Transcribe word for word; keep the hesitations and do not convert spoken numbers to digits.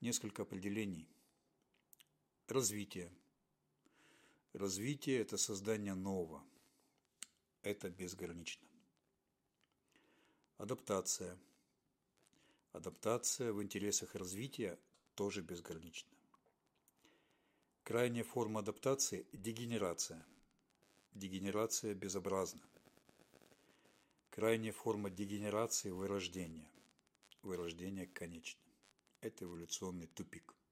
Несколько определений. Развитие. Развитие – это создание нового. Это безгранично. Адаптация. Адаптация в интересах развития тоже безгранична. Крайняя форма адаптации – дегенерация. Дегенерация безобразна. Крайняя форма дегенерации – вырождение. Вырождение конечно. Это эволюционный тупик.